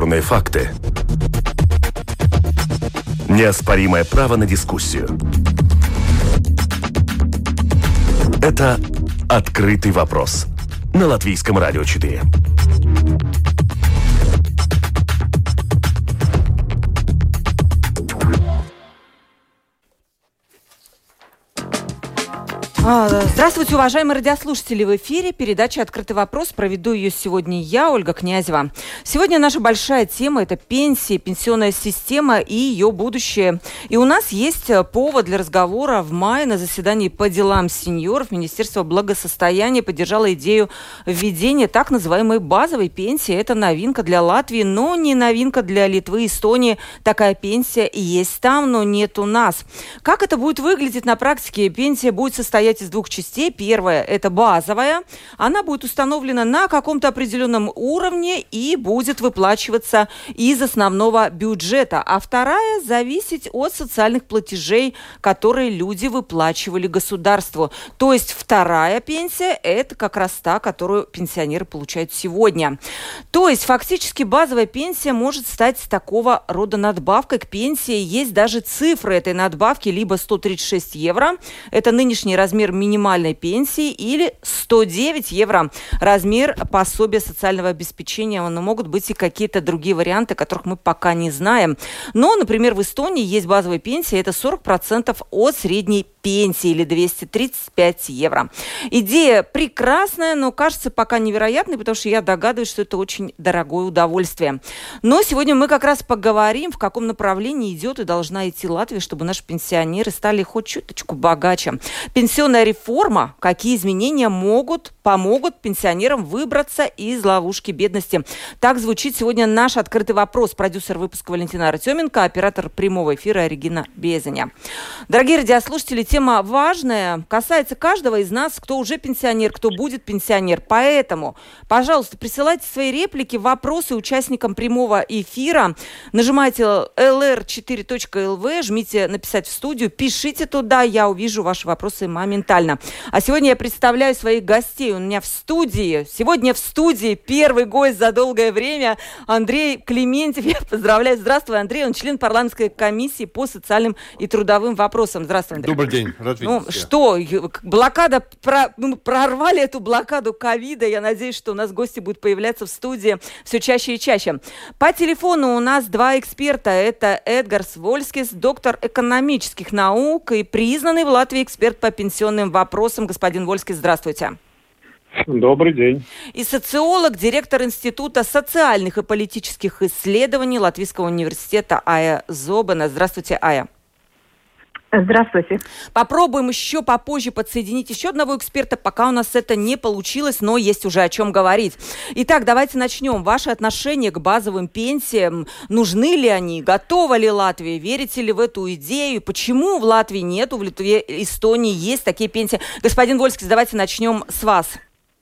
Бесспорные факты. Неоспоримое право на дискуссию. Это «Открытый вопрос» на Латвийском радио 4. Здравствуйте, уважаемые радиослушатели! В эфире передача «Открытый вопрос». Проведу ее сегодня я, Ольга Князева. Сегодня наша большая тема – это пенсии, пенсионная система и ее будущее. И у нас есть повод для разговора. В мае на заседании по делам сеньоров Министерство благосостояния поддержало идею введения так называемой базовой пенсии. Это новинка для Латвии, но не новинка для Литвы, Эстонии. Такая пенсия есть там, но нет у нас. Как это будет выглядеть на практике? Пенсия будет состоять из двух частей. Первая – это базовая. Она будет установлена на каком-то определенном уровне и будет выплачиваться из основного бюджета. А вторая – зависеть от социальных платежей, которые люди выплачивали государству. То есть вторая пенсия – это как раз та, которую пенсионеры получают сегодня. То есть фактически базовая пенсия может стать такого рода надбавкой к пенсии. Есть даже цифры этой надбавки, либо 136 евро – это нынешний размер минимальной пенсии, или 109 евро размер пособия социального обеспечения. Но могут быть и какие-то другие варианты, которых мы пока не знаем. Но, например, в Эстонии есть базовая пенсия, это 40% от средней пенсии, или 235 евро. Идея прекрасная, но кажется пока невероятной, потому что я догадываюсь, что это очень дорогое удовольствие. Но сегодня мы как раз поговорим, в каком направлении идет и должна идти Латвия, чтобы наши пенсионеры стали хоть чуточку богаче. Пенсионная реформа, какие изменения помогут пенсионерам выбраться из ловушки бедности. Так звучит сегодня наш открытый вопрос. Продюсер выпуска Валентина Артеменко, оператор прямого эфира Регина Безеня. Дорогие радиослушатели, тема важная, касается каждого из нас, кто уже пенсионер, кто будет пенсионер. Поэтому, пожалуйста, присылайте свои реплики, вопросы участникам прямого эфира. Нажимайте lr4.lv, жмите «Написать в студию», пишите туда, я увижу ваши вопросы моментально. А сегодня я представляю своих гостей. У меня сегодня в студии первый гость за долгое время Андрей Клементьев. Я поздравляю. Здравствуй, Андрей. Он член парламентской комиссии по социальным и трудовым вопросам. Здравствуй, Андрей. Добрый день. Рад видеть тебя. Что, прорвали эту блокаду ковида. Я надеюсь, что у нас гости будут появляться в студии все чаще и чаще. По телефону у нас два эксперта. Это Эдгарс Вольскис, доктор экономических наук и признанный в Латвии эксперт по пенсионным вопросам. Господин Вольскис, здравствуйте. Добрый день. И социолог, директор Института социальных и политических исследований Латвийского университета Ая Зобена. Здравствуйте, Ая. Здравствуйте. Попробуем еще попозже подсоединить еще одного эксперта, пока у нас это не получилось, но есть уже о чем говорить. Итак, давайте начнем. Ваше отношение к базовым пенсиям. Нужны ли они? Готова ли Латвия? Верите ли в эту идею? Почему в Латвии нету, в Литве, Эстонии есть такие пенсии? Господин Вольскис, давайте начнем с вас.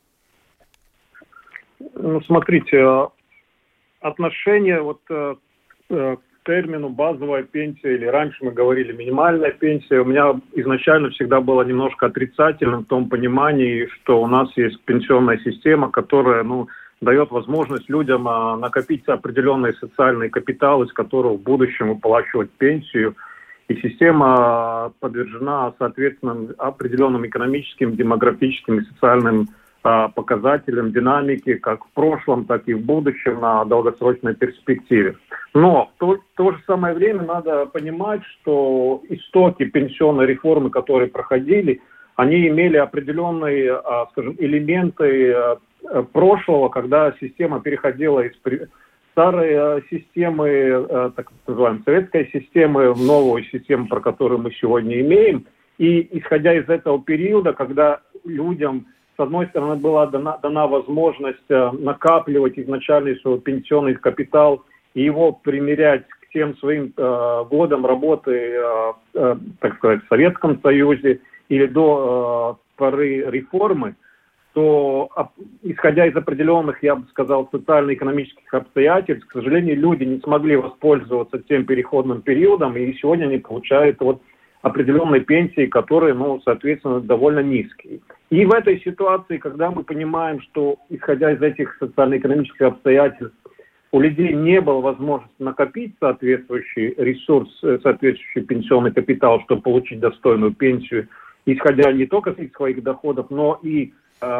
Смотрите, отношение к термину базовая пенсия, или раньше мы говорили минимальная пенсия, у меня изначально всегда было немножко отрицательным в том понимании, что у нас есть пенсионная система, которая дает возможность людям накопить определенный социальный капитал, из которого в будущем выплачивать пенсию. И система подвержена, соответственно, определенным экономическим, демографическим и социальным показателям динамики как в прошлом, так и в будущем на долгосрочной перспективе. Но в то же самое время надо понимать, что истоки пенсионной реформы, которые проходили, они имели определенные, элементы прошлого, когда система переходила из старой системы, так называемой советской системы, в новую систему, про которую мы сегодня имеем. И исходя из этого периода, когда людям с одной стороны, была дана возможность накапливать изначальный свой пенсионный капитал и его примерять к тем своим годам работы, так сказать, в Советском Союзе или до поры реформы, то, исходя из определенных, я бы сказал, социально-экономических обстоятельств, к сожалению, люди не смогли воспользоваться тем переходным периодом, и сегодня они получают определенной пенсии, которые, соответственно, довольно низкие. И в этой ситуации, когда мы понимаем, что, исходя из этих социально-экономических обстоятельств, у людей не было возможности накопить соответствующий ресурс, соответствующий пенсионный капитал, чтобы получить достойную пенсию, исходя не только из своих доходов, но и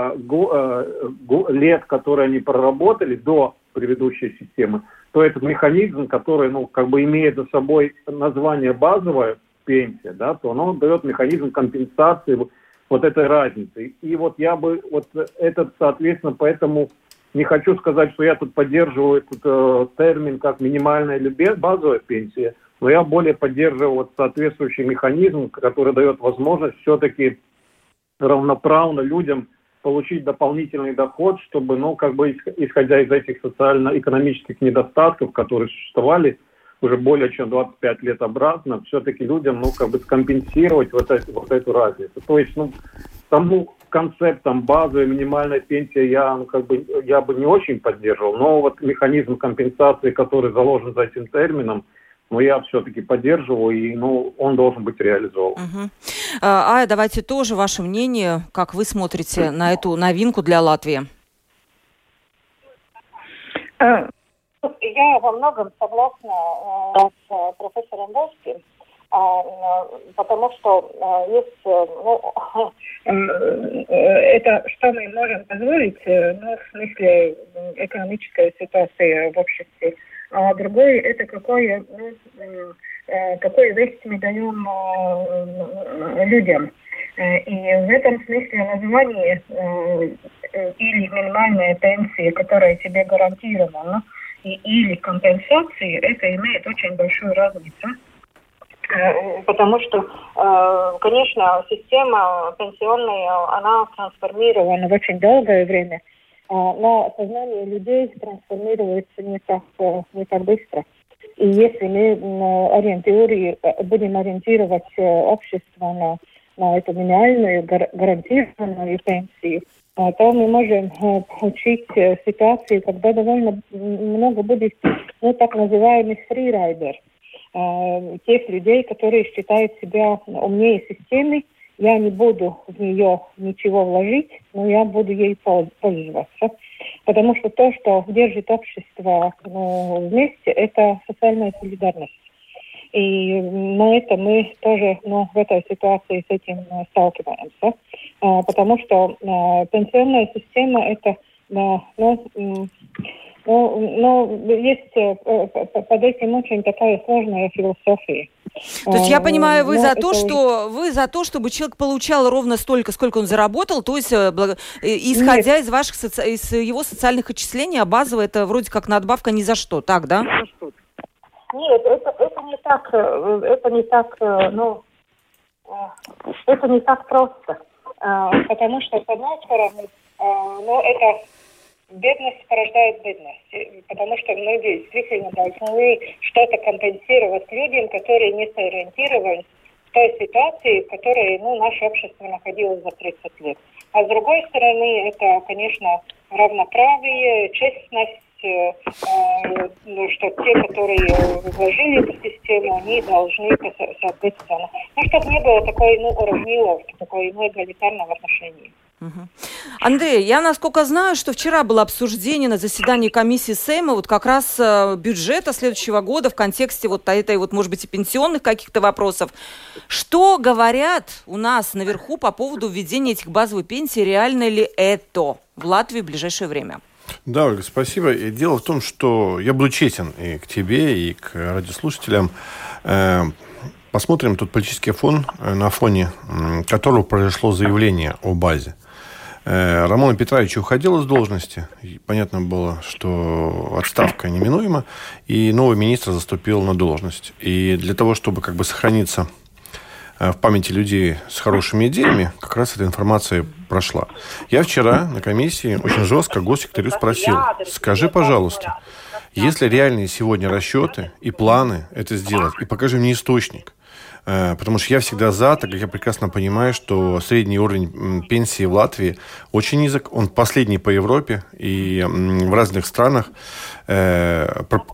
лет, которые они проработали до предыдущей системы, то этот механизм, который, имеет за собой название базовая пенсия, да, то он дает механизм компенсации вот этой разницы. И вот я бы соответственно, поэтому не хочу сказать, что я тут поддерживаю этот термин как минимальная или базовая пенсия, но я более поддерживаю соответствующий механизм, который дает возможность все-таки равноправно людям получить дополнительный доход, чтобы, исходя из этих социально-экономических недостатков, которые существовали уже более чем 25 лет обратно, все-таки людям, скомпенсировать вот эту разницу. То есть, тому концептом базовой минимальной пенсии я бы не очень поддерживал, но вот механизм компенсации, который заложен за этим термином, я все-таки поддерживаю, и он должен быть реализован. Угу. Давайте тоже ваше мнение, как вы смотрите на эту новинку для Латвии? Я во многом согласна с профессором Волским, потому что есть, это что мы можем позволить, в смысле экономической ситуации в обществе, а другое это какую весть мы даем людям. И в этом смысле название или минимальная пенсия, которая тебе гарантирована, или компенсации, это имеет очень большую разницу. Потому что, конечно, система пенсионная, она трансформирована в очень долгое время, но сознание людей трансформируется не так быстро. И если мы будем ориентировать общество на эту минимальную гарантированную пенсию, то мы можем получить ситуацию, когда довольно много будет так называемых фрирайдер, тех людей, которые считают себя умнее системы. Я не буду в нее ничего вложить, но я буду ей пользоваться. Потому что то, что держит общество вместе, это социальная солидарность. И на это мы тоже в этой ситуации с этим сталкиваемся. Потому что пенсионная система это есть под этим очень такая сложная философия. То есть я понимаю, вы за то, чтобы человек получал ровно столько, сколько он заработал, то есть исходя из из его социальных отчислений, а базовая это вроде как надбавка ни за что, так, да? Нет, это не так просто, потому что с одной стороны, это бедность порождает бедность, потому что мы действительно должны что-то компенсировать людям, которые не сориентировались в той ситуации, в которой наше общество находилось за 30 лет. А с другой стороны, это, конечно, равноправие, честность, что те, которые вложили эту систему, они должны, соответственно, чтобы не было такой уравниловки, такой эгалитарного отношения. Андрей, я насколько знаю, что вчера было обсуждение на заседании комиссии Сейма как раз бюджета следующего года в контексте этой, может быть, и пенсионных каких-то вопросов. Что говорят у нас наверху по поводу введения этих базовых пенсий? Реально ли это в Латвии в ближайшее время? Да, Ольга, спасибо. И дело в том, что я буду честен и к тебе, и к радиослушателям. Посмотрим тот политический фон, на фоне которого произошло заявление о базе. Роман Петрович уходил из должности. И понятно было, что отставка неминуема, и новый министр заступил на должность. И для того, чтобы сохраниться в памяти людей с хорошими идеями, как раз эта информация прошла. Я вчера на комиссии очень жестко госсекретарю спросил: скажи, пожалуйста, есть ли реальные сегодня расчеты и планы это сделать, и покажи мне источник. Потому что я всегда за, так как я прекрасно понимаю, что средний уровень пенсии в Латвии очень низок, он последний по Европе, и в разных странах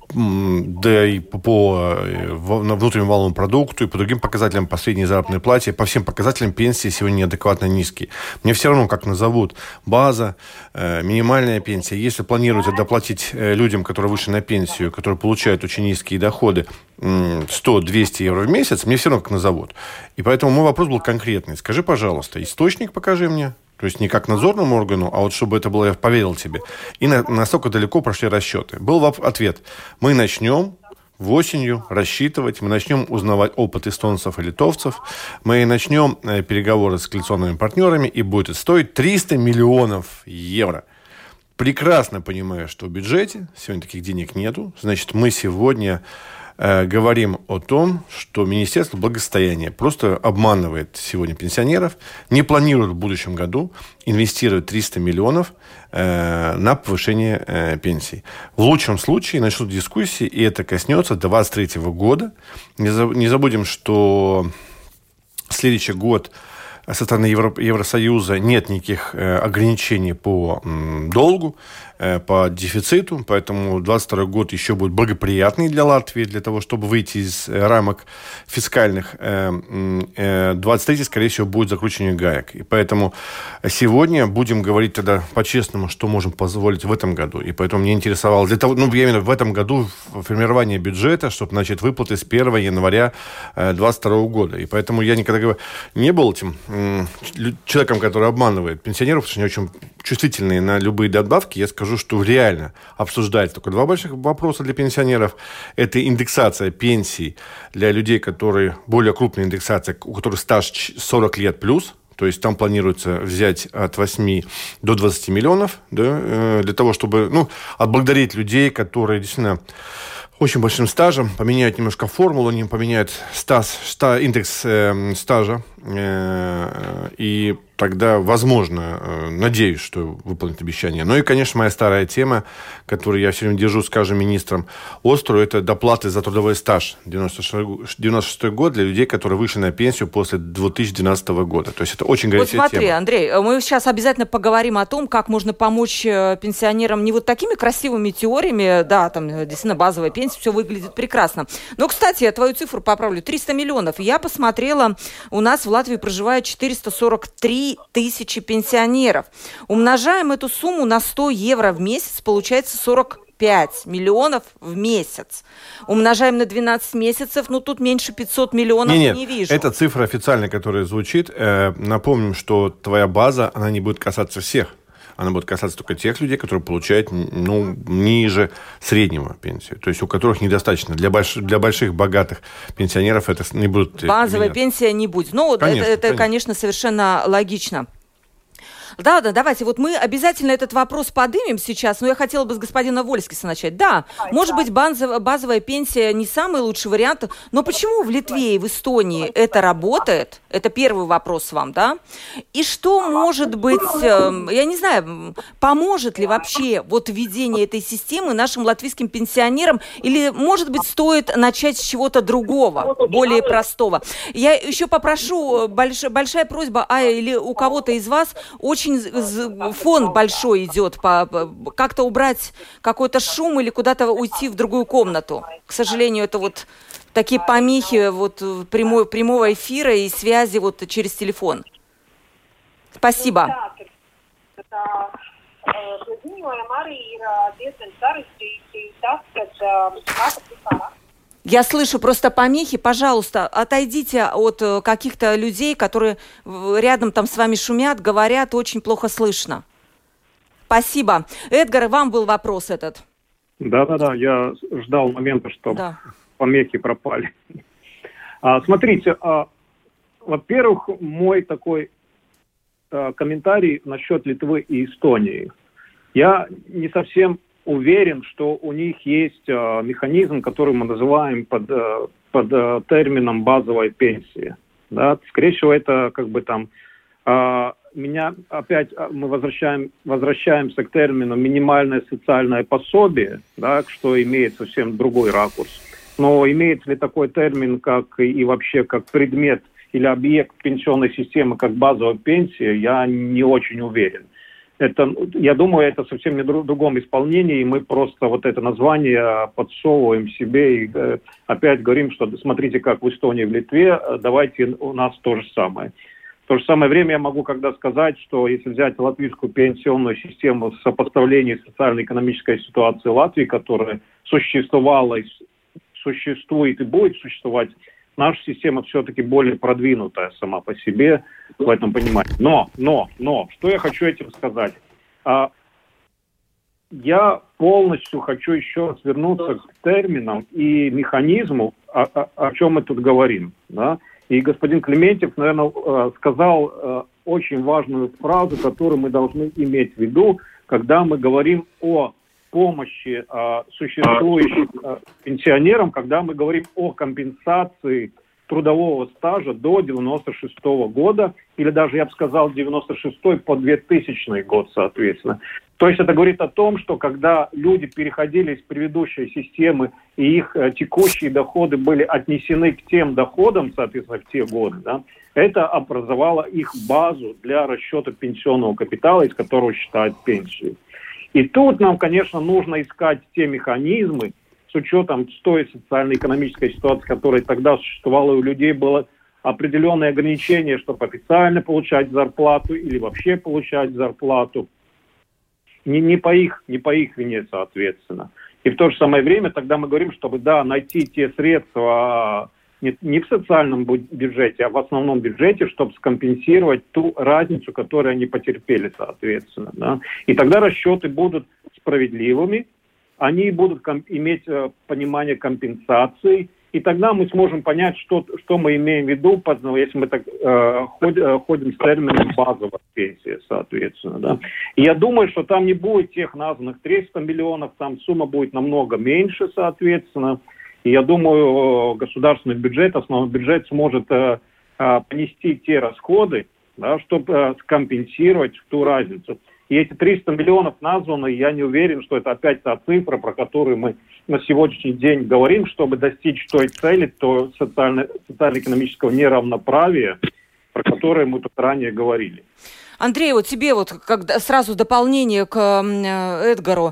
да и по внутреннему валовому продукту, и по другим показателям, по средней заработной плате, по всем показателям пенсии сегодня неадекватно низкие. Мне все равно, как назовут, база, минимальная пенсия. Если планируете доплатить людям, которые вышли на пенсию, которые получают очень низкие доходы, 100-200 евро в месяц, мне все равно как назовут. И поэтому мой вопрос был конкретный. Скажи, пожалуйста, источник покажи мне. То есть не как надзорному органу, а вот чтобы это было, я поверил тебе. И насколько далеко прошли расчеты. Был ответ. Мы начнем осенью рассчитывать, мы начнем узнавать опыт эстонцев и литовцев, мы начнем переговоры с коалиционными партнерами, и будет это стоить 300 миллионов евро. Прекрасно понимаю, что в бюджете сегодня таких денег нету. Значит, мы сегодня говорим о том, что Министерство благосостояния просто обманывает сегодня пенсионеров, не планирует в будущем году инвестировать 300 миллионов на повышение пенсий. В лучшем случае начнут дискуссии, и это коснется 2023 года. Не забудем, что следующий год со стороны Евросоюза нет никаких ограничений по долгу, по дефициту, поэтому 2022 год еще будет благоприятный для Латвии, для того, чтобы выйти из рамок фискальных. 2023, скорее всего, будет закручивание гаек. И поэтому сегодня будем говорить тогда по-честному, что можем позволить в этом году. И поэтому мне интересовало, для того, именно в этом году формирование бюджета, чтобы начать выплаты с 1 января 2022 года. И поэтому я никогда не был этим человеком, который обманывает пенсионеров, потому что они очень чувствительные на любые добавки. Я скажу, что реально обсуждается только два больших вопроса для пенсионеров. Это индексация пенсий для людей, которые более крупная индексация, у которых стаж 40 лет плюс. То есть там планируется взять от 8 до 20 миллионов, да, для того, чтобы отблагодарить людей, которые действительно очень большим стажем, поменяют немножко формулу, они поменяют индекс стажа, и тогда, возможно, надеюсь, что выполнят обещание. Ну и, конечно, моя старая тема, которую я все время держу с каждым министром острую, это доплаты за трудовой стаж 96 год для людей, которые вышли на пенсию после 2012 года. То есть это очень горячая тема. Вот смотри, Андрей, мы сейчас обязательно поговорим о том, как можно помочь пенсионерам не вот такими красивыми теориями, да, там действительно базовая пенсия, все выглядит прекрасно. Но, кстати, я твою цифру поправлю, 300 миллионов. Я посмотрела, у нас в Латвии проживает 443 тысячи пенсионеров. Умножаем эту сумму на 100 евро в месяц, получается 45 миллионов в месяц. Умножаем на 12 месяцев, тут меньше 500 миллионов не вижу. Это цифра официальная, которая звучит. Напомним, что твоя база, она не будет касаться всех. Она будет касаться только тех людей, которые получают ниже среднего пенсию. То есть у которых недостаточно. Для больших, богатых пенсионеров это не будет. Базовая пенсия не будет. Это, конечно, совершенно логично. Да, давайте, мы обязательно этот вопрос поднимем сейчас, но я хотела бы с господина Вольскиса начать. Да, может быть, базовая пенсия не самый лучший вариант, но почему в Литве и в Эстонии это работает? Это первый вопрос вам, да? И что, может быть, я не знаю, поможет ли вообще введение этой системы нашим латвийским пенсионерам, или, может быть, стоит начать с чего-то другого, более простого? Я еще попрошу, большая просьба, или у кого-то из вас очень фон большой идет, как-то убрать какой-то шум или куда-то уйти в другую комнату. К сожалению, это такие помехи прямого эфира и связи через телефон. Спасибо. Я слышу просто помехи. Пожалуйста, отойдите от каких-то людей, которые рядом там с вами шумят, говорят, очень плохо слышно. Спасибо. Эдгар, вам был вопрос этот. Да, я ждал момента, что помехи пропали. Смотрите, во-первых, мой такой комментарий насчет Литвы и Эстонии. Я не совсем уверен, что у них есть механизм, который мы называем под термином базовой пенсии. Да? Скорее всего, это мы возвращаемся к термину минимальное социальное пособие, да, что имеет совсем другой ракурс. Но имеется ли такой термин, как предмет или объект пенсионной системы, как базовая пенсия, я не очень уверен. я думаю, это совсем не в другом исполнении, и мы просто вот это название подсовываем себе и опять говорим, что смотрите, как в Эстонии, в Литве, давайте у нас то же самое. В то же самое время я могу когда сказать, что если взять латвийскую пенсионную систему в сопоставлении с социально-экономической ситуацией Латвии, которая существовала, существует и будет существовать, наша система все-таки более продвинутая сама по себе в этом понимании. Но, что я хочу этим сказать? Я полностью хочу еще раз вернуться к терминам и механизму, о чем мы тут говорим. Да? И господин Клементьев, наверное, сказал очень важную фразу, которую мы должны иметь в виду, когда мы говорим о помощи существующим пенсионерам, когда мы говорим о компенсации трудового стажа до 96 года, или даже, я бы сказал, 96 по 2000 год, соответственно. То есть это говорит о том, что когда люди переходили из предыдущей системы, и их текущие доходы были отнесены к тем доходам, соответственно, в те годы, да, это образовало их базу для расчета пенсионного капитала, из которого считают пенсию. И тут нам, конечно, нужно искать те механизмы, с учетом той социально-экономической ситуации, которая тогда существовала, и у людей было определенное ограничение, чтобы официально получать зарплату или вообще получать зарплату. Не по их вине, соответственно. И в то же самое время тогда мы говорим, чтобы, найти те средства не в социальном бюджете, а в основном бюджете, чтобы скомпенсировать ту разницу, которую они потерпели, соответственно. Да? И тогда расчеты будут справедливыми, они будут иметь понимание компенсации, и тогда мы сможем понять, что мы имеем в виду, если мы так ходим с термином базовая пенсия, соответственно. Да. И я думаю, что там не будет тех названных 300 миллионов, там сумма будет намного меньше, соответственно. И я думаю, государственный бюджет, основной бюджет сможет понести те расходы, да, чтобы скомпенсировать ту разницу. И эти 300 миллионов названы, я не уверен, что это опять та цифра, про которую мы на сегодняшний день говорим, чтобы достичь той цели, то социально-экономического неравноправия, про которое мы тут ранее говорили. Андрей, вот тебе сразу дополнение к Эдгару.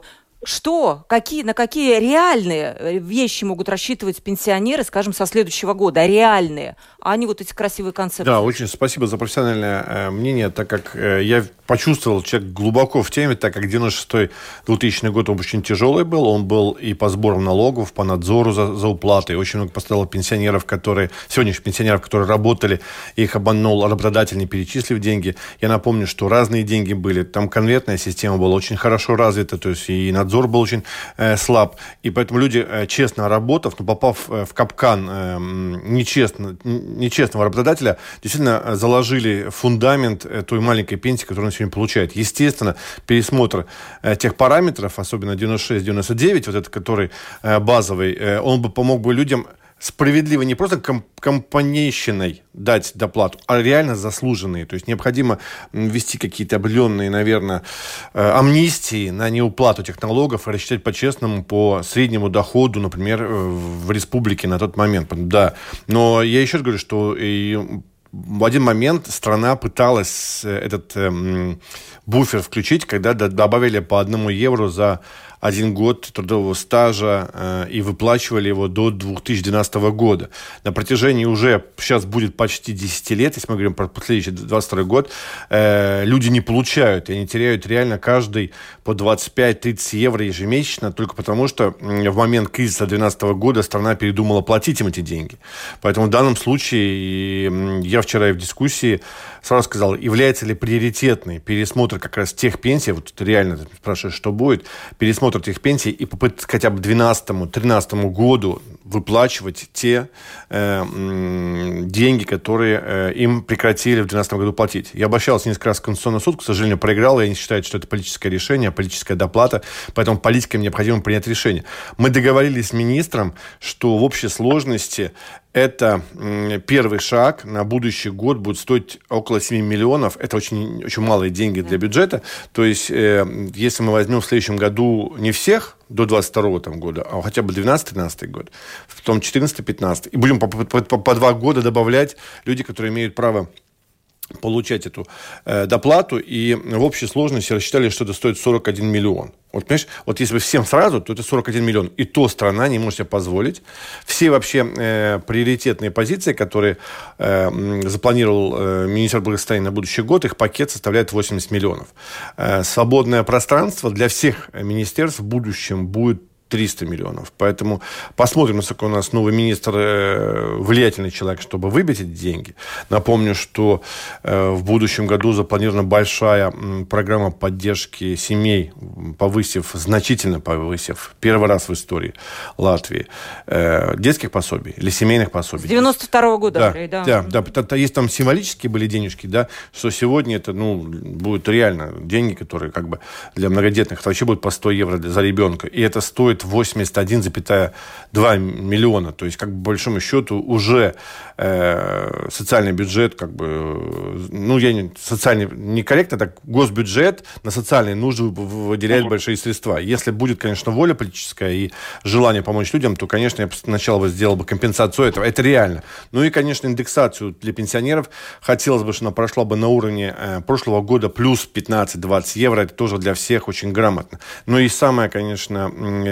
На какие реальные вещи могут рассчитывать пенсионеры, скажем, со следующего года? Реальные, а не вот эти красивые концепции. Да, очень спасибо за профессиональное мнение, так как я почувствовал человек глубоко в теме, так как 96-2000 год он очень тяжелый был. Он был и по сборам налогов, по надзору за уплатой. Очень много пострадало сегодняшних пенсионеров, которые работали, их обманул работодатель, не перечислив деньги. Я напомню, что разные деньги были. Там конвертная система была очень хорошо развита, то есть и надзор был очень слаб. И поэтому люди, честно работав, но попав в капкан нечестного работодателя, действительно заложили фундамент той маленькой пенсии, которую он сегодня получает. Естественно, пересмотр тех параметров, особенно 96-99, вот этот, который базовый, он бы помог бы людям справедливо не просто компанейщиной дать доплату, а реально заслуженные. То есть необходимо ввести какие-то определенные, наверное, амнистии на неуплату этих налогов и рассчитать по-честному по среднему доходу, например, в республике на тот момент. Да. Но я еще раз говорю, что в один момент страна пыталась этот буфер включить, когда добавили по 1 евро за 1 год трудового стажа и выплачивали его до 2012 года. На протяжении уже, сейчас будет почти 10 лет, если мы говорим про следующий 22 год, люди не получают, и они теряют реально каждый по 25-30 евро ежемесячно, только потому что в момент кризиса 2012 года страна передумала платить им эти деньги. Поэтому в данном случае, я вчера в дискуссии сразу сказал, является ли приоритетный пересмотр как раз тех пенсий, вот реально спрашиваешь, что будет, пересмотр этих пенсий и попытка хотя бы 2012-2013 году выплачивать те деньги, которые им прекратили в 2012 году платить. Я обращался несколько раз в Конституционный суд, к сожалению, проиграл, и они считают, что это политическое решение, политическая доплата, поэтому политикам необходимо принять решение. Мы договорились с министром, что в общей сложности это первый шаг на будущий год будет стоить около 7 миллионов. Это очень, очень малые деньги для бюджета. То есть, если мы возьмем в следующем году не всех до 2022 года, а хотя бы 2012-2013 год, потом 2014-2015, и будем по 2 года добавлять люди, которые имеют право получать эту доплату, и в общей сложности рассчитали, что это стоит 41 миллион. Вот, понимаешь, вот если бы всем сразу, то это 41 миллион. И то страна не может себе позволить. Все вообще приоритетные позиции, которые запланировал министр благосостояния на будущий год, их пакет составляет 80 миллионов. Свободное пространство для всех министерств в будущем будет 300 миллионов. Поэтому посмотрим, насколько у нас новый министр влиятельный человек, чтобы выбить эти деньги. Напомню, что в будущем году запланирована большая программа поддержки семей, значительно повысив, первый раз в истории Латвии, детских пособий или семейных пособий. С 92-го года. Да. Есть там символические были денежки, да, что сегодня это, будут реально деньги, которые как бы для многодетных, это вообще будет по 100 евро за ребенка. И это стоит 81,2 миллиона. То есть, как бы, по большому счету, уже социальный бюджет, как бы, социальный, некорректно, так, госбюджет на социальные нужды выделяет большие средства. Если будет, конечно, воля политическая и желание помочь людям, то, конечно, я сначала сделал бы компенсацию этого. Это реально. Ну и, конечно, индексацию для пенсионеров. Хотелось бы, чтобы она прошла бы на уровне прошлого года плюс 15-20 евро. Это тоже для всех очень грамотно. Ну и самое, конечно,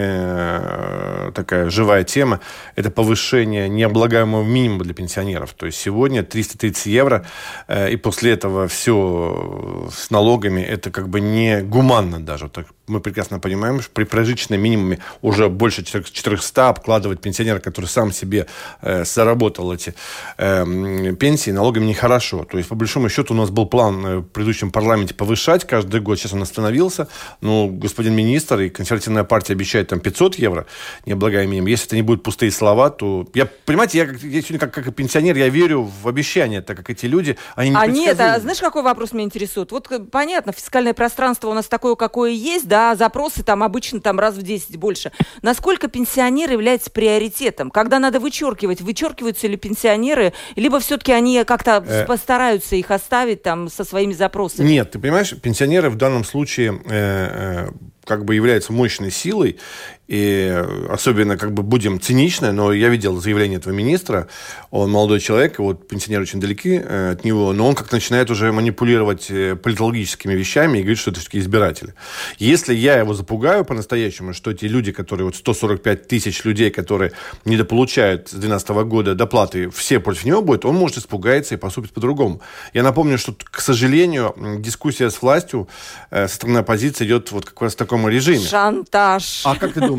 такая живая тема, это повышение необлагаемого минимума для пенсионеров. То есть сегодня 330 евро, и после этого все с налогами, это как бы не гуманно даже. Так мы прекрасно понимаем, что при прожиточном минимуме уже больше 400 обкладывать пенсионера, который сам себе заработал эти пенсии, налогами нехорошо. То есть, по большому счету, у нас был план в предыдущем парламенте повышать каждый год. Сейчас он остановился. Но господин министр и консервативная партия обещают там 500 евро необлагаемый минимум. Если это не будут пустые слова, то... Я сегодня как и пенсионер, я верю в обещания, так как эти люди, они не предсказуемы. Знаешь, какой вопрос меня интересует? Вот понятно, фискальное пространство у нас такое, какое есть, да, запросы там обычно там раз в 10 больше. Насколько пенсионер является приоритетом? Когда надо вычеркиваются ли пенсионеры, либо все-таки они как-то постараются их оставить там со своими запросами? Нет, ты понимаешь, пенсионеры в данном случае как бы являются мощной силой, и особенно, как бы, будем циничны, но я видел заявление этого министра, он молодой человек, и вот пенсионеры очень далеки от него, но он как-то начинает уже манипулировать политологическими вещами и говорит, что это все-таки избиратели. Если я его запугаю по-настоящему, что эти люди, которые, вот 145 тысяч людей, которые недополучают с 2012 года доплаты, все против него будут, он может испугаться и поступить по-другому. Я напомню, что, к сожалению, дискуссия с властью со стороны оппозиции идет вот как раз в таком режиме. Шантаж. А как ты думаешь,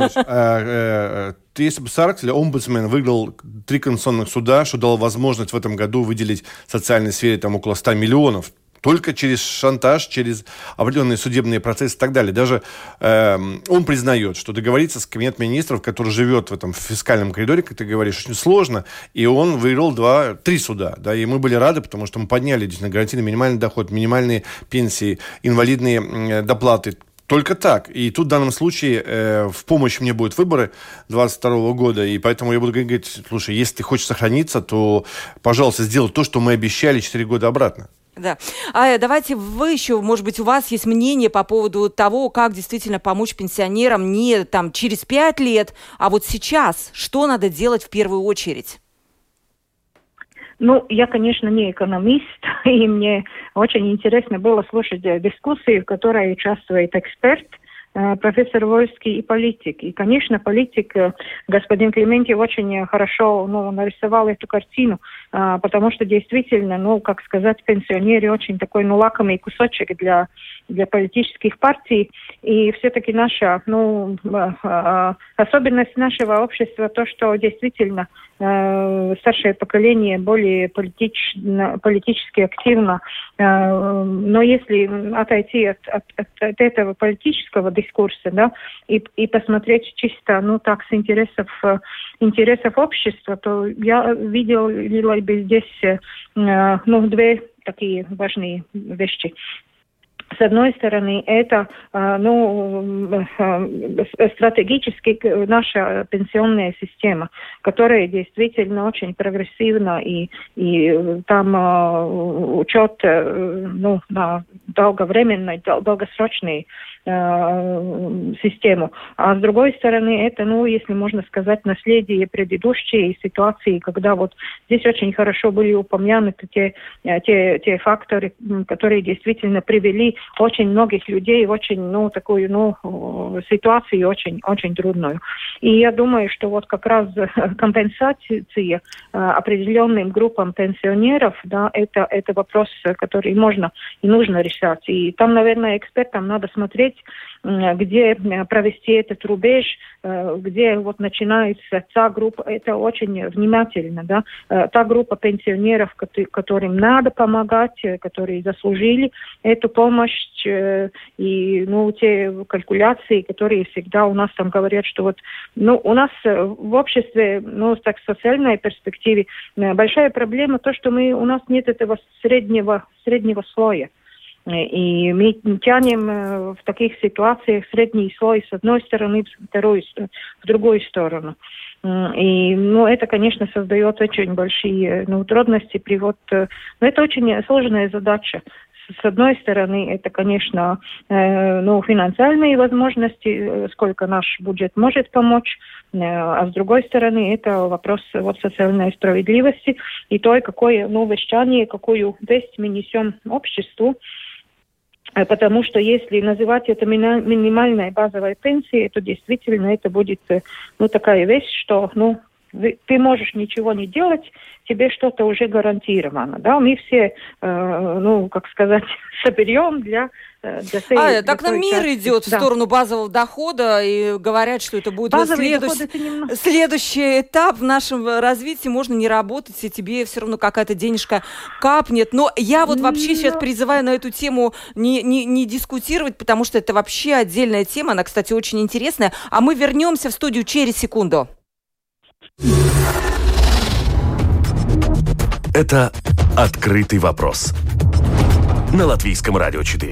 если бы Саркс или омбудсмен выиграл 3 конституционных суда, что дало возможность в этом году выделить в социальной сфере там около 100 миллионов, только через шантаж, через определенные судебные процессы и так далее. Даже он признает, что договориться с кабинетом министров, который живет в этом фискальном коридоре, как ты говоришь, очень сложно. И он выиграл 3 суда. Да, и мы были рады, потому что мы подняли действительно гарантийный минимальный доход, минимальные пенсии, инвалидные доплаты. Только так. И тут в данном случае в помощь мне будут выборы 2022 года, и поэтому я буду говорить, слушай, если ты хочешь сохраниться, то, пожалуйста, сделай то, что мы обещали 4 года обратно. Да. Давайте вы еще, может быть, у вас есть мнение по поводу того, как действительно помочь пенсионерам не там через 5 лет, а вот сейчас. Что надо делать в первую очередь? Я, конечно, не экономист, и мне очень интересно было слушать дискуссии, в которой участвует эксперт, профессор Вольский, и политик. И, конечно, политик, господин Клементьев, очень хорошо нарисовал эту картину, потому что действительно, как сказать, пенсионеры очень такой, лакомый кусочек для политических партий. И все-таки наша, особенность нашего общества, то, что действительно старшее поколение более политически активно. Но если отойти от этого политического дискурса, да, и посмотреть чисто, так, с интересов общества, то я видела бы здесь, 2 такие важные вещи. С одной стороны, это стратегически наша пенсионная система, которая действительно очень прогрессивна, и там учет на долговременной, долгосрочной систему. А с другой стороны, это, если можно сказать, наследие предыдущей ситуации, когда вот здесь очень хорошо были упомянуты те факторы, которые действительно привели очень многих людей в очень, такую, ситуацию очень, очень трудную. И я думаю, что вот как раз компенсация определенным группам пенсионеров, да, это вопрос, который можно и нужно решать. И там, наверное, экспертам надо смотреть, где провести этот рубеж, где вот начинается та группа, это очень внимательно, да, та группа пенсионеров, которым надо помогать, которые заслужили эту помощь, и, те калькуляции, которые всегда у нас там говорят, что вот, у нас в обществе, так, в социальной перспективе большая проблема то, что у нас нет этого среднего слоя. И мы тянем в таких ситуациях средний слой с одной стороны, в другую сторону. И, это, конечно, создает очень большие трудности, но это очень сложная задача. С одной стороны, это, конечно, финансовые возможности, сколько наш бюджет может помочь, а с другой стороны, это вопрос социальной справедливости и той, какое вещание, какую весть мы несем обществу. Потому что если называть это минимальной базовой пенсией, то действительно это будет такая вещь, что ты можешь ничего не делать, тебе что-то уже гарантировано. Да? Мы все, соберем для так нам мир идет в сторону базового дохода, и говорят, что это будет следующий этап в нашем развитии. Можно не работать, и тебе все равно какая-то денежка капнет. Но я вообще сейчас призываю на эту тему не дискутировать, потому что это вообще отдельная тема. Она, кстати, очень интересная. А мы вернемся в студию через секунду. Это «Открытый вопрос» на Латвийском радио 4.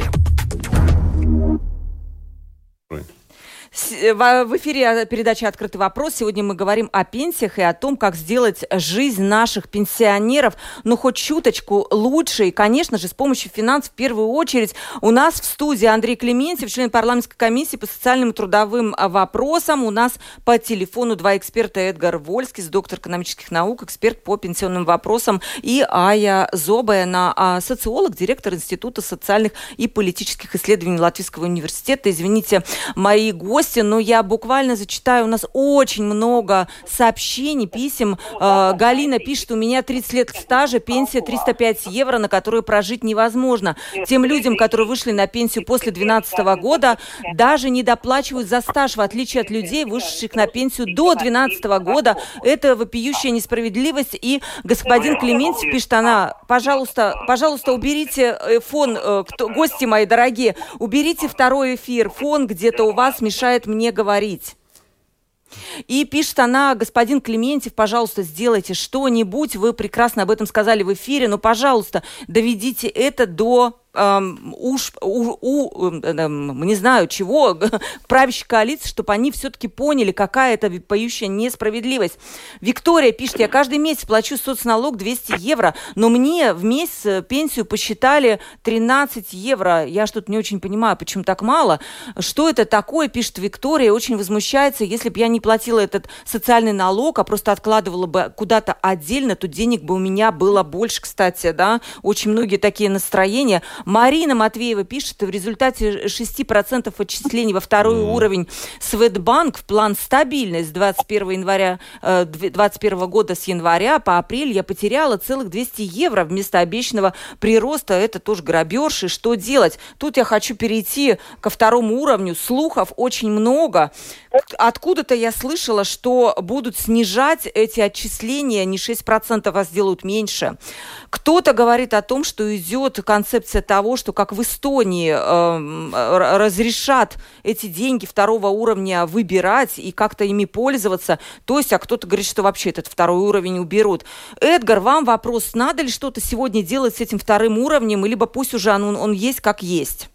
В эфире передача «Открытый вопрос». Сегодня мы говорим о пенсиях и о том, как сделать жизнь наших пенсионеров, хоть чуточку лучше. И, конечно же, с помощью финансов в первую очередь. У нас в студии Андрей Клементьев, член парламентской комиссии по социальным и трудовым вопросам. У нас по телефону два эксперта: Эдгар Вольскис, доктор экономических наук, эксперт по пенсионным вопросам, и Ая Зобена, социолог, директор Института социальных и политических исследований Латвийского университета. Извините, мои гости, но я буквально зачитаю. У нас очень много сообщений, писем. Галина пишет: у меня 30 лет стажа, пенсия 305 евро, на которую прожить невозможно. Тем людям, которые вышли на пенсию после 2012 года, даже не доплачивают за стаж, в отличие от людей, вышедших на пенсию до 2012 года. Это вопиющая несправедливость. И господин Клементьев пишет, пожалуйста, уберите фон, гости мои дорогие, уберите второй эфир, фон где-то у вас мешает мне говорить. И пишет она: господин Клементьев, пожалуйста, сделайте что-нибудь. Вы прекрасно об этом сказали в эфире, но, пожалуйста, доведите это до не знаю чего, правящей коалиции, чтобы они все-таки поняли, какая это вопиющая несправедливость. Виктория пишет: я каждый месяц плачу соцналог 200 евро, но мне в месяц пенсию посчитали 13 евро. Я что-то не очень понимаю, почему так мало. Что это такое, пишет Виктория, очень возмущается. Если бы я не платила этот социальный налог, а просто откладывала бы куда-то отдельно, то денег бы у меня было больше, кстати, да. Очень многие такие настроения. Марина Матвеева пишет: в результате 6% отчислений во второй уровень Светбанк в план стабильность с 21 января 2021 года с января по апрель я потеряла целых 200 евро вместо обещанного прироста. Это тоже грабеж. И что делать? Тут я хочу перейти ко второму уровню. Слухов очень много. Откуда-то я слышала, что будут снижать эти отчисления, не 6%, а сделают меньше. Кто-то говорит о том, что идет концепция того, что как в Эстонии разрешат эти деньги второго уровня выбирать и как-то ими пользоваться. То есть, а кто-то говорит, что вообще этот второй уровень уберут. Эдгар, вам вопрос: надо ли что-то сегодня делать с этим вторым уровнем, либо пусть уже он есть как есть?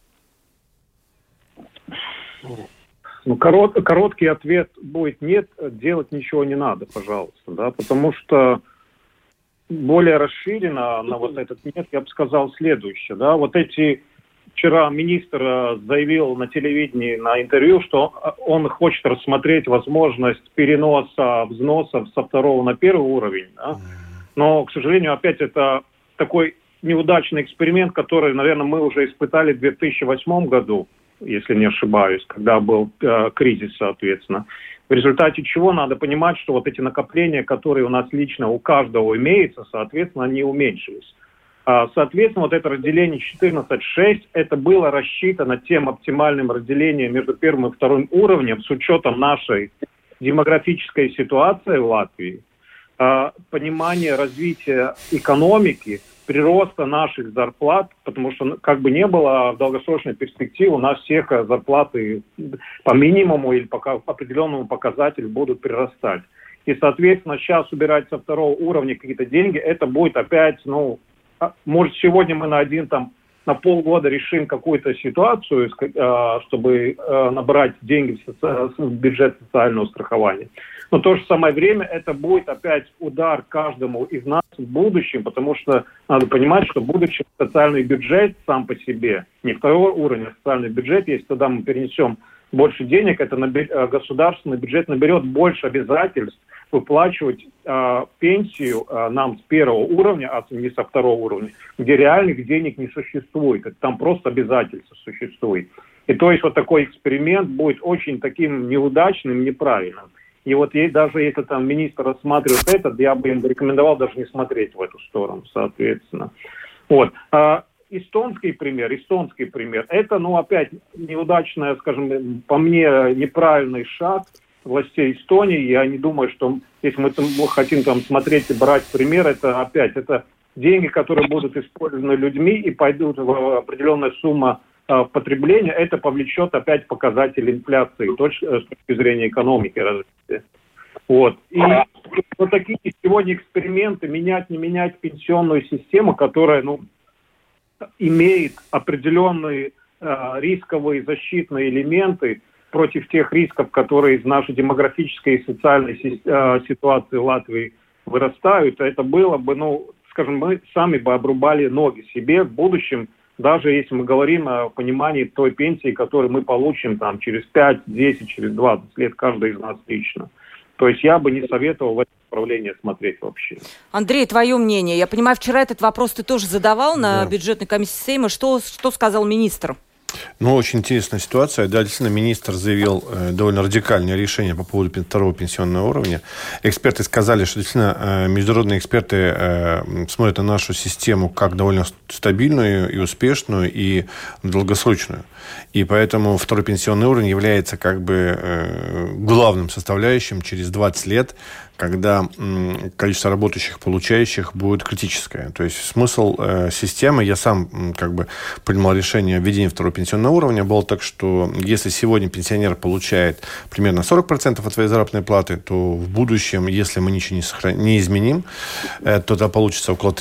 Короткий ответ будет: нет, делать ничего не надо, пожалуйста, да, потому что более расширенно на вот этот нет, я бы сказал следующее, да, вот эти вчера министр заявил на телевидении, на интервью, что он хочет рассмотреть возможность переноса взносов со второго на первый уровень. Да? Но, к сожалению, опять это такой неудачный эксперимент, который, наверное, мы уже испытали в 2008 году, если не ошибаюсь, когда был кризис, соответственно. В результате чего надо понимать, что вот эти накопления, которые у нас лично у каждого имеются, соответственно, они уменьшились. Соответственно, вот это разделение 14:6, это было рассчитано тем оптимальным разделением между первым и вторым уровнем с учетом нашей демографической ситуации в Латвии, понимания развития экономики, прироста наших зарплат, потому что как бы не было в долгосрочной перспективе, у нас всех зарплаты по минимуму или по определенному показателю будут прирастать. И, соответственно, сейчас убирать со второго уровня какие-то деньги, это будет опять, может, сегодня мы на полгода решим какую-то ситуацию, чтобы набрать деньги в бюджет социального страхования. Но в то же самое время это будет опять удар каждому из нас в будущем, потому что надо понимать, что в будущем социальный бюджет сам по себе, не второго уровня, социальный бюджет, если тогда мы перенесем больше денег, это государственный бюджет наберет больше обязательств выплачивать пенсию нам с первого уровня, а не со второго уровня, где реальных денег не существует. Это там просто обязательства существует. И то есть вот такой эксперимент будет очень таким неудачным, неправильным. И вот даже если там министр рассматривает этот, я бы им рекомендовал даже не смотреть в эту сторону, соответственно. Вот. Эстонский пример. Это, опять неудачный, скажем, по мне, неправильный шаг властей Эстонии. Я не думаю, что если мы хотим смотреть и брать пример, это деньги, которые будут использованы людьми и пойдут в определенная сумма потребления, это повлечет опять показатели инфляции с точки зрения экономики развития. Вот. И вот такие сегодня эксперименты, менять, не менять пенсионную систему, которая, имеет определенные рисковые защитные элементы против тех рисков, которые из нашей демографической и социальной ситуации в Латвии вырастают, это было бы, мы сами бы обрубали ноги себе в будущем, даже если мы говорим о понимании той пенсии, которую мы получим через 5, 10, через 20 лет, каждый из нас лично. То есть я бы не советовал в это направление смотреть вообще. Андрей, твое мнение? Я понимаю, вчера этот вопрос ты тоже задавал на бюджетной комиссии Сейма. Что сказал министр? Очень интересная ситуация. Да, действительно, министр заявил довольно радикальное решение по поводу второго пенсионного уровня. Эксперты сказали, что действительно международные эксперты смотрят на нашу систему как довольно стабильную и успешную и долгосрочную. И поэтому второй пенсионный уровень является главным составляющим через 20 лет, когда количество работающих, получающих будет критическое. То есть смысл системы, я сам принимал решение о введении второго пенсионного уровня, было так, что если сегодня пенсионер получает примерно 40% от своей заработной платы, то в будущем, если мы ничего не изменим, то тогда получится около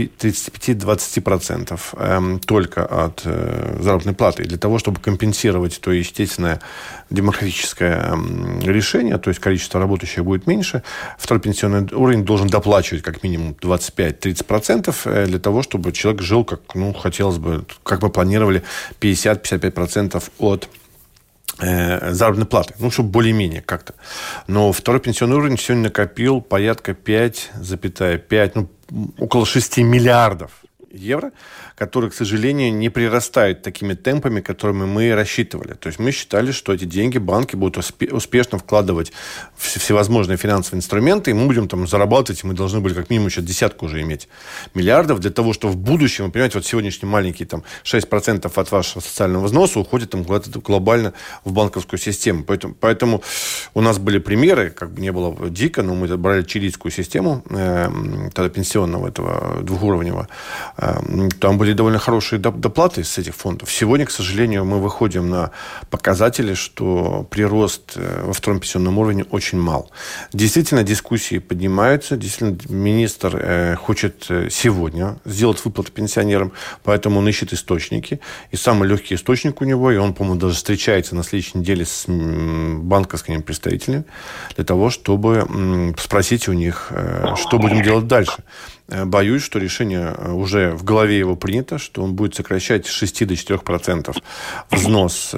35-20% только от заработной платы. И для того, чтобы компенсировать то естественное демографическое решение, то есть количество работающих будет меньше, второй пенсионный уровень должен доплачивать как минимум 25-30% для того, чтобы человек жил, как хотелось бы, как мы планировали, 50-55% от заработной платы. Чтобы более-менее как-то. Но второй пенсионный уровень сегодня накопил порядка 5,5, около 6 миллиардов евро, которые, к сожалению, не прирастают такими темпами, которыми мы рассчитывали. То есть мы считали, что эти деньги банки будут успешно вкладывать в всевозможные финансовые инструменты, и мы будем зарабатывать, и мы должны были как минимум еще десятку уже иметь миллиардов для того, чтобы в будущем, вы понимаете, сегодняшний маленький 6% от вашего социального взноса уходит глобально в банковскую систему. Поэтому у нас были примеры, не было дико, но мы брали чилийскую систему тогда пенсионного этого двухуровневого. Там были довольно хорошие доплаты с этих фондов. Сегодня, к сожалению, мы выходим на показатели, что прирост во втором пенсионном уровне очень мал. Действительно, дискуссии поднимаются. Действительно, министр хочет сегодня сделать выплаты пенсионерам, поэтому он ищет источники. И самый легкий источник у него, и он, по-моему, даже встречается на следующей неделе с банковскими представителями для того, чтобы спросить у них, что будем делать дальше. боюсь, что решение уже в голове его принято, что он будет сокращать с 6 до 4% взнос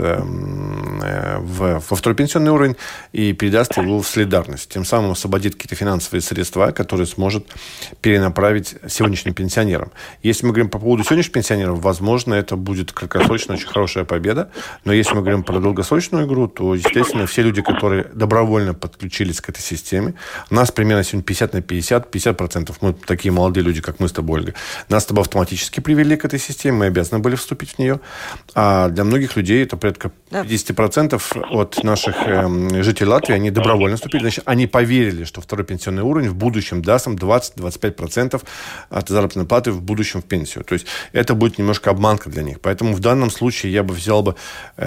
во второй пенсионный уровень и передаст его в солидарность. Тем самым освободит какие-то финансовые средства, которые сможет перенаправить сегодняшним пенсионерам. Если мы говорим по поводу сегодняшних пенсионеров, возможно, это будет краткосрочно очень хорошая победа. Но если мы говорим про долгосрочную игру, то, естественно, все люди, которые добровольно подключились к этой системе, нас примерно сегодня 50 на 50, 50%, мы такие молодые люди, как мы с тобой, Ольга, нас с тобой автоматически привели к этой системе, мы обязаны были вступить в нее. А для многих людей это порядка 50% от наших жителей Латвии, они добровольно вступили. Значит, они поверили, что второй пенсионный уровень в будущем даст им 20-25% от заработной платы в будущем в пенсию. То есть это будет немножко обманка для них. Поэтому в данном случае я бы взял бы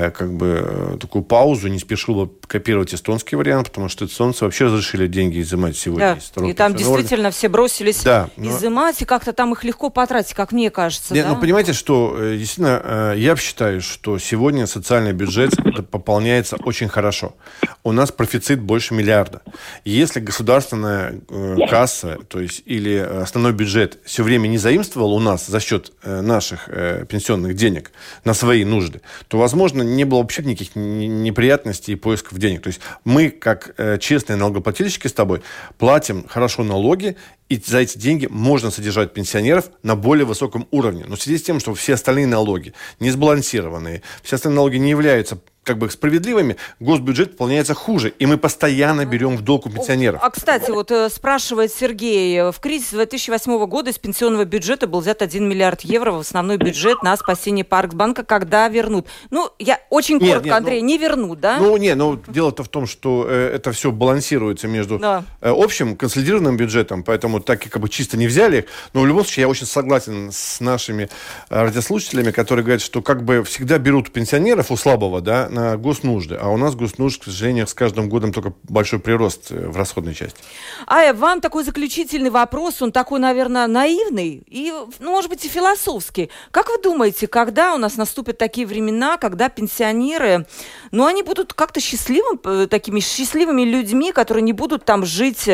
такую паузу, не спешил бы копировать эстонский вариант, потому что эстонцы вообще разрешили деньги изымать сегодня. Да, и там действительно все бросились изымать, и как-то там их легко потратить, как мне кажется. Нет, ну, понимаете, что действительно, я считаю, что сегодня социальный бюджет пополняется очень хорошо. У нас профицит больше миллиарда. И если государственная касса, то есть или основной бюджет все время не заимствовал у нас за счет наших пенсионных денег на свои нужды, то, возможно, не было вообще никаких неприятностей и поисков денег. То есть мы, как честные налогоплательщики с тобой, платим хорошо налоги, и за эти деньги можно содержать пенсионеров на более высоком уровне. Но в связи с тем, что все остальные налоги не сбалансированные, все остальные налоги не являются справедливыми, госбюджет выполняется хуже, и мы постоянно берем в долг у пенсионеров. А, кстати, спрашивает Сергей, в кризис 2008 года из пенсионного бюджета был взят 1 миллиард евро в основной бюджет на спасение Парксбанка. Когда вернут? Я очень коротко, Андрей, не вернут, да? Дело-то в том, что это все балансируется между общим консолидированным бюджетом, поэтому так чисто не взяли их. Но в любом случае я очень согласен с нашими радиослушателями, которые говорят, что всегда берут пенсионеров у слабого, на госнужды. А у нас госнужд, к сожалению, с каждым годом только большой прирост в расходной части. Ая, вам такой заключительный вопрос, он такой, наверное, наивный и, может быть, и философский. Как вы думаете, когда у нас наступят такие времена, когда пенсионеры, они будут как-то такими счастливыми людьми, которые не будут там жить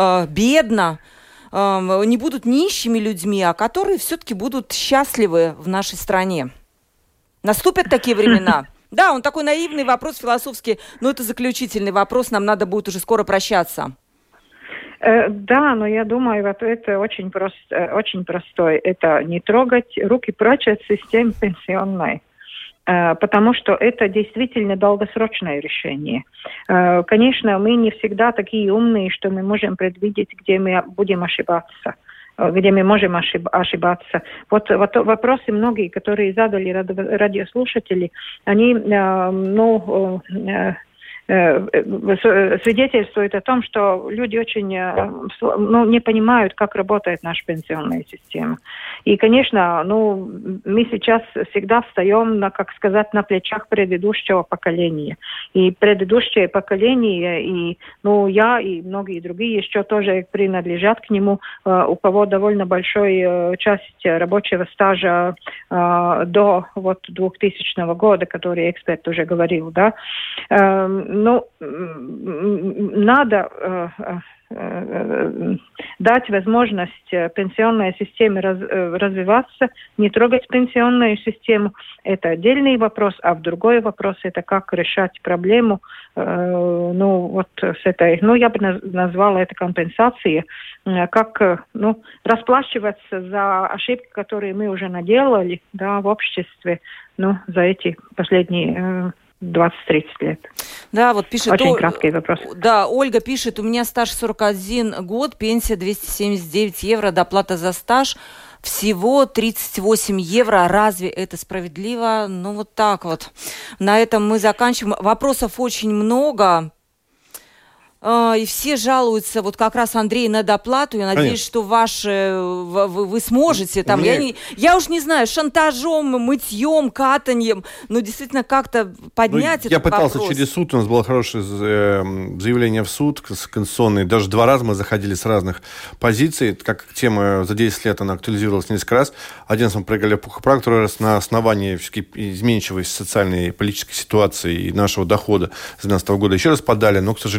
бедно, не будут нищими людьми, а которые все-таки будут счастливы в нашей стране? Наступят такие времена? Да, он такой наивный вопрос, философский, но это заключительный вопрос, нам надо будет уже скоро прощаться. Да, но я думаю, это очень простой. Это не трогать руки прочь от системы пенсионной, потому что это действительно долгосрочное решение. Конечно, мы не всегда такие умные, что мы можем предвидеть, где мы будем ошибаться. Где мы можем ошибаться. Вот вопросы многие, которые задали радиослушатели, они свидетельствует о том, что люди очень не понимают, как работает наша пенсионная система. И, конечно, мы сейчас всегда встаем на плечах предыдущего поколения. И предыдущее поколение, и я, и многие другие еще тоже принадлежат к нему, у кого довольно большая часть рабочего стажа до 2000 года, который эксперт уже говорил, да. Надо дать возможность пенсионной системе развиваться, не трогать пенсионную систему. Это отдельный вопрос, а другой вопрос это как решать проблему с этой, я бы назвала это компенсацией, как расплачиваться за ошибки, которые мы уже наделали, в обществе, за эти последние 20-30 лет. Да, пишет... Очень краткий вопрос. Да, Ольга пишет, у меня стаж 41 год, пенсия 279 евро, доплата за стаж всего 38 евро. Разве это справедливо? Так вот. На этом мы заканчиваем. Вопросов очень много. И все жалуются, как раз Андрей, на доплату. Я надеюсь, что вы сможете там, я уж не знаю, шантажом, мытьем, катаньем, действительно как-то поднять этот вопрос. Я пытался через суд, у нас было хорошее заявление в суд конституционный, даже 2 раза мы заходили с разных позиций, как тема за 10 лет она актуализировалась несколько раз. Один раз мы проиграли Пухопрак, второй раз на основании изменчивой социальной и политической ситуации и нашего дохода с 2012 года еще раз подали, но, к сожалению, год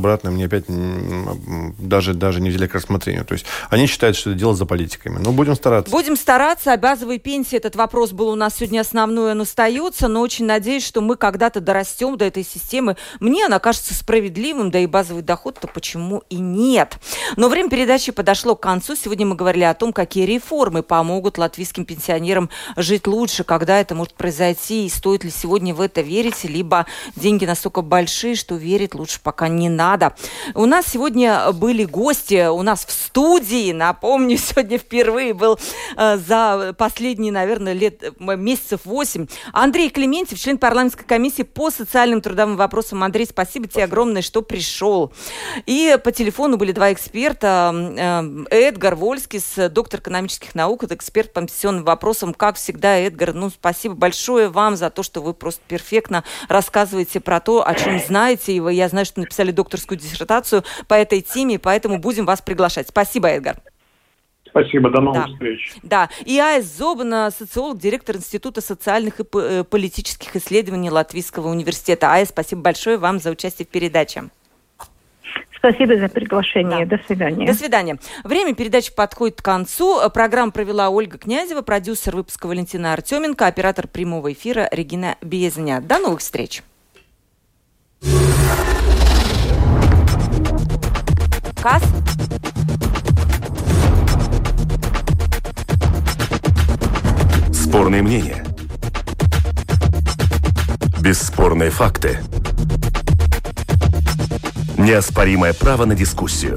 обратно мне опять даже не взяли к рассмотрению. То есть они считают, что это дело за политиками. Но будем стараться. Будем стараться. О базовой пенсии этот вопрос был у нас сегодня основной, он остается, но очень надеюсь, что мы когда-то дорастем до этой системы. Мне она кажется справедливым, да и базовый доход-то почему и нет. Но время передачи подошло к концу. Сегодня мы говорили о том, какие реформы помогут латвийским пенсионерам жить лучше, когда это может произойти, и стоит ли сегодня в это верить, либо деньги настолько большие, что верить лучше пока не надо. У нас сегодня были гости, у нас в студии, напомню, сегодня впервые был за последние, наверное, месяцев 8, Андрей Клементьев, член парламентской комиссии по социальным трудовым вопросам. Андрей, спасибо тебе огромное, что пришел. И по телефону были два эксперта. Эдгар Вольскис, доктор экономических наук, это эксперт по пенсионным вопросам. Как всегда, Эдгар, спасибо большое вам за то, что вы просто перфектно рассказываете про то, о чем знаете. И я знаю, что написали докторскую диссертацию по этой теме, поэтому будем вас приглашать. Спасибо, Эдгар. Спасибо, до новых встреч. Да, и А.С. Зобан, социолог, директор Института социальных и политических исследований Латвийского университета. А.С., спасибо большое вам за участие в передаче. Спасибо за приглашение. Да. До свидания. До свидания. Время передачи подходит к концу. Программу провела Ольга Князева, продюсер выпуска Валентина Артеменко, оператор прямого эфира Регина Безня. До новых встреч. Кас? Спорные мнения. Бесспорные факты. Неоспоримое право на дискуссию.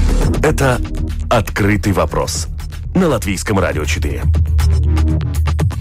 Это «Открытый вопрос» на Латвийском радио 4.